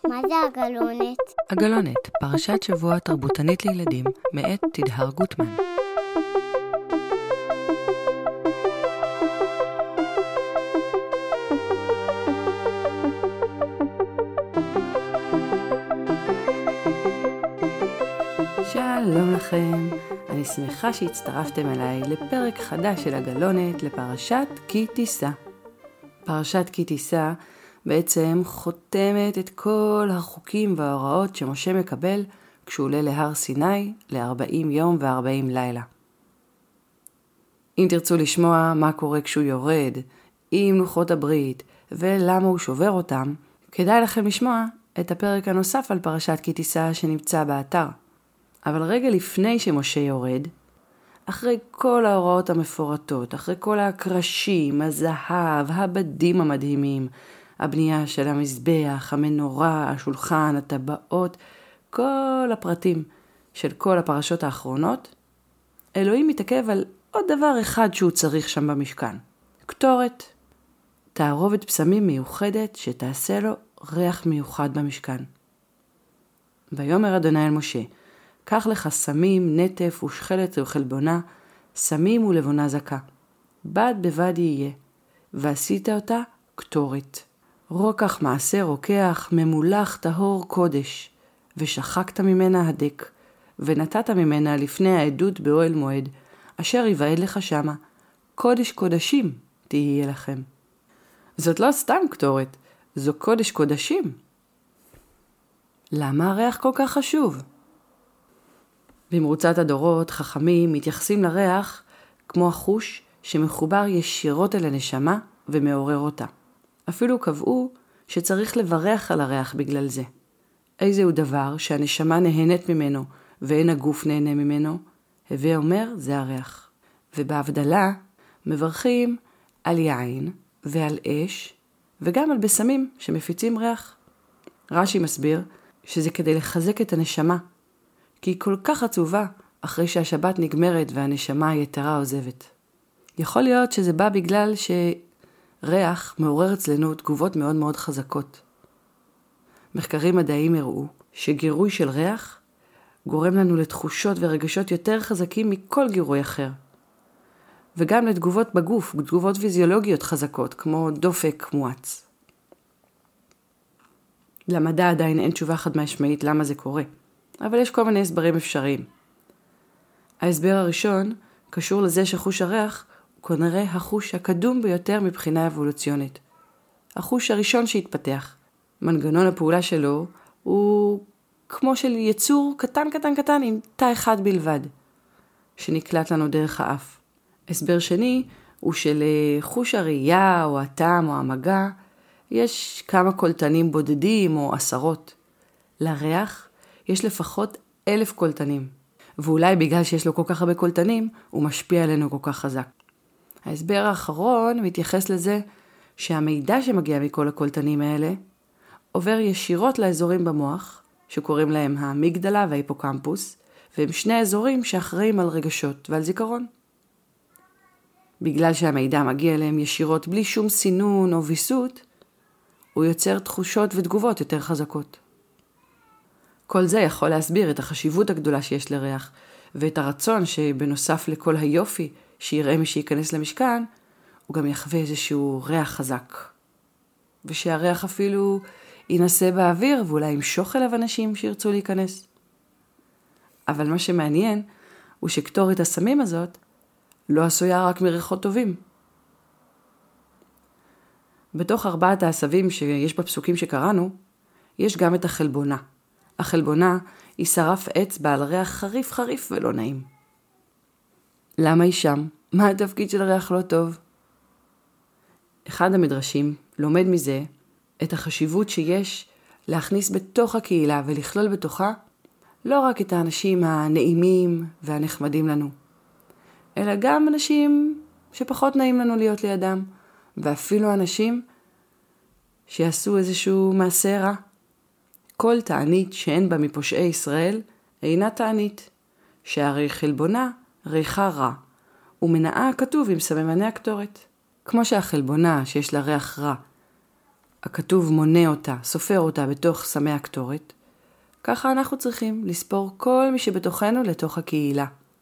מה זה הגלונת? הגלונת, פרשת שבוע תרבותנית לילדים, מאת תדהר גוטמן. שלום לכם, אני שמחה שהצטרפתם אליי לפרק חדש של הגלונת לפרשת כי תישא. פרשת כי תישא בעצם חותמת את כל החוקים וההוראות שמשה מקבל כשהוא עולה להר סיני ל-40 יום ו40 לילה. אם תרצו לשמוע מה קורה כשהוא יורד עם לוחות הברית ולמה הוא שובר אותם, כדאי לכם לשמוע את הפרק הנוסף על פרשת כי תישא שנמצא באתר. אבל רגע לפני שמשה יורד, אחרי כל ההוראות המפורטות, אחרי כל הקרשים, הזהב, הבדים המדהימים, הבנייה של המזבח, המנורה, השולחן, הטבעות, כל הפרטים של כל הפרשות האחרונות, אלוהים מתעכב על עוד דבר אחד שהוא צריך שם במשכן. קטורת. תערובת פסמים מיוחדת שתעשה לו ריח מיוחד במשכן. ויאמר אדוני אל משה, קח לך סמים, נטף ושחלת וחלבונה, סמים ולבונה זכה. בד בבד יהיה, ועשית אותה קטורת. רוקח מעשה רוקח, ממולח טהור קודש, ושחקת ממנה הדק, ונתת ממנה לפני העדות באוהל מועד, אשר יבעד לך שמה, קודש קודשים תהיה לכם. זאת לא סתם קטורת, זו קודש קודשים. למה הריח כל כך חשוב? במרוצת הדורות חכמים מתייחסים לריח כמו החוש שמחובר ישירות אל הנשמה ומעורר אותה. אפילו קבעו שצריך לברך על הריח בגלל זה. איזהו דבר שהנשמה נהנית ממנו ואין הגוף נהנה ממנו, הווה אומר זה הריח. ובהבדלה מברכים על יין ועל אש וגם על בשמים שמפיצים ריח. רש"י מסביר שזה כדי לחזק את הנשמה, כי היא כל כך עצובה אחרי שהשבת נגמרת והנשמה היתרה עוזבת. יכול להיות שזה בא בגלל שריח מעורר אצלנו תגובות מאוד מאוד חזקות. מחקרים מדעיים הראו שגירוי של ריח גורם לנו לתחושות ורגשות יותר חזקים מכל גירוי אחר. וגם לתגובות בגוף, תגובות פיזיולוגיות חזקות, כמו דופק מואץ. למדע עדיין אין תשובה חד משמעית למה זה קורה. אבל יש כל מיני הסברים אפשריים. ההסבר הראשון קשור לזה שחוש הריח הוא כנראה החוש הקדום ביותר מבחינה אבולוציונית. החוש הראשון שהתפתח. מנגנון הפעולה שלו הוא כמו של יצור קטן קטן קטן עם תא אחד בלבד, שנקלט לנו דרך האף. הסבר שני הוא שלחוש הראייה או הטעם או המגע יש כמה קולטנים בודדים או עשרות. לריח יש לפחות 1,000 קולטנים, ואולי בגלל שיש לו כל כך הרבה קולטנים, הוא משפיע עלינו כל כך חזק. ההסבר האחרון מתייחס לזה שהמידע שמגיע מכל הקולטנים האלה, עובר ישירות לאזורים במוח, שקוראים להם האמיגדלה וההיפוקמפוס, והם שני האזורים שאחראים על רגשות ועל זיכרון. בגלל שהמידע מגיע אליהם ישירות בלי שום סינון או ויסות, הוא יוצר תחושות ותגובות יותר חזקות. כל זה יכול להסביר את החשיבות הגדולה שיש לריח, ואת הרצון שבנוסף לכל היופי שיראה מי שייכנס למשכן, הוא גם יחווה איזשהו ריח חזק. ושהריח אפילו ינסה באוויר ואולי ימשוך אליו אנשים שירצו להיכנס. אבל מה שמעניין הוא שקטורת הסמים הזאת לא עשויה רק מריחות טובים. בתוך 4 העשבים שיש בפסוקים שקראנו, יש גם את החלבונה. החלבונה היא שרף עץ בעל ריח חריף חריף ולא נעים. למה היא שם? מה התפקיד של ריח לא טוב? אחד המדרשים לומד מזה את החשיבות שיש להכניס בתוך הקהילה ולכלול בתוכה לא רק את האנשים הנעימים והנחמדים לנו, אלא גם אנשים שפחות נעים לנו להיות לידם, ואפילו אנשים שיעשו איזשהו מעשה רע. כל תענית שאין בה מפושעי ישראל אינה תענית, שהרי חלבונה ריחה רע, ומנעה כתוב עם סממני הקטורת. כמו שהחלבונה שיש לה ריח רע הכתוב מונה אותה, סופר אותה בתוך סמי הקטורת, ככה אנחנו צריכים לספור כל מי שבתוכנו לתוך הקהילה.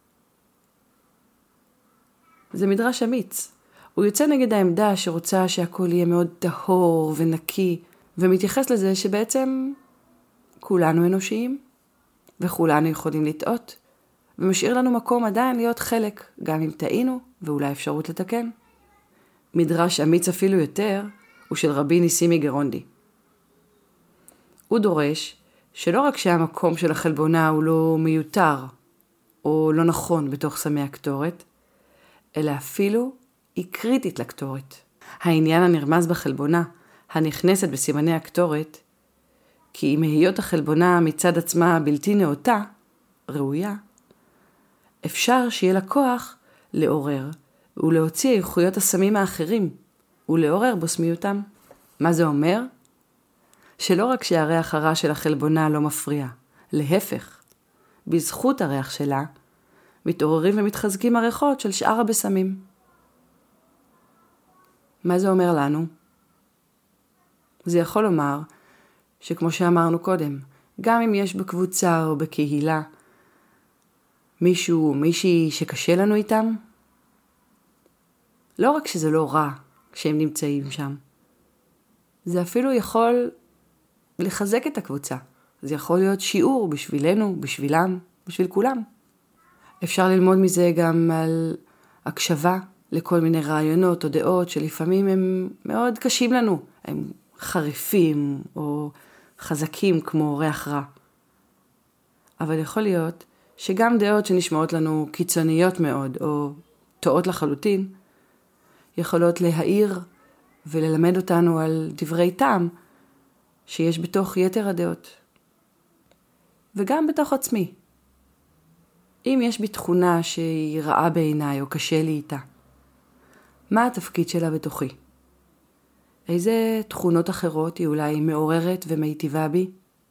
זה מדרש אמיץ. הוא יוצא נגד העמדה שרוצה שהכל יהיה מאוד טהור ונקי, ומתייחס לזה שבעצם כולנו אנושיים, וכולנו יכולים לטעות, ומשאיר לנו מקום עדיין להיות חלק, גם אם טעינו, ואולי אפשרות לתקן. מדרש אמיץ אפילו יותר, הוא של רבי ניסים מגרונדי. הוא דורש שלא רק שהמקום של החלבונה הוא לא מיותר, או לא נכון בתוך סמי הקטורת, אלא אפילו היא קריטית לקטורת. העניין הנרמז בחלבונה, הנכנסת בסימני הקטורת, כי אם היות החלבונה מצד עצמה בלתי נאותה, ראויה, אפשר שיהיה לה כוח לעורר ולהוציא איכויות הסמים האחרים ולעורר בוסמיותם. מה זה אומר? שלא רק שהריח הרע של החלבונה לא מפריע, להפך, בזכות הריח שלה, מתעוררים ומתחזקים הריחות של שאר הבשמים. מה זה אומר לנו? זה יכול לומר שכמו שאמרנו קודם, גם אם יש בקבוצה או בקהילה מישהו או מישהי שקשה לנו איתם, לא רק שזה לא רע כשהם נמצאים שם, זה אפילו יכול לחזק את הקבוצה. זה יכול להיות שיעור בשבילנו, בשבילם, בשביל כולם. אפשר ללמוד מזה גם על הקשבה לכל מיני רעיונות או דעות שלפעמים הם מאוד קשים לנו. הם חריפים או חזקים כמו ריח רע. אבל יכול להיות שגם דעות שנשמעות לנו קיצוניות מאוד או טועות לחלוטין, יכולות להעיר וללמד אותנו על דברי טעם שיש בתוך יתר הדעות. וגם בתוך עצמי. אם יש בי תכונה שהיא רעה בעיניי או קשה לי איתה, מה התפקיד שלה בתוכי? איזה תכונות אחרות היא אולי מעוררת ומיטיבה בי?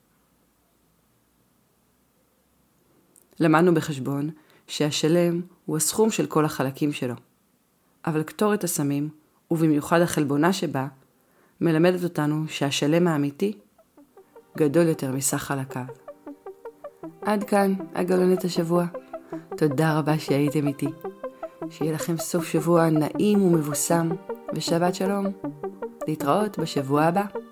למדנו בחשבון שהשלם הוא הסכום של כל החלקים שלו. אבל קטורת הסמים, ובמיוחד החלבונה שבה, מלמדת אותנו שהשלם האמיתי גדול יותר מסך חלקיו. עד כאן הגלונת השבוע. תודה רבה שהייתם איתי. שיהיה לכם סוף שבוע נעים ומבוסם, ושבת שלום. להתראות בשבוע הבא.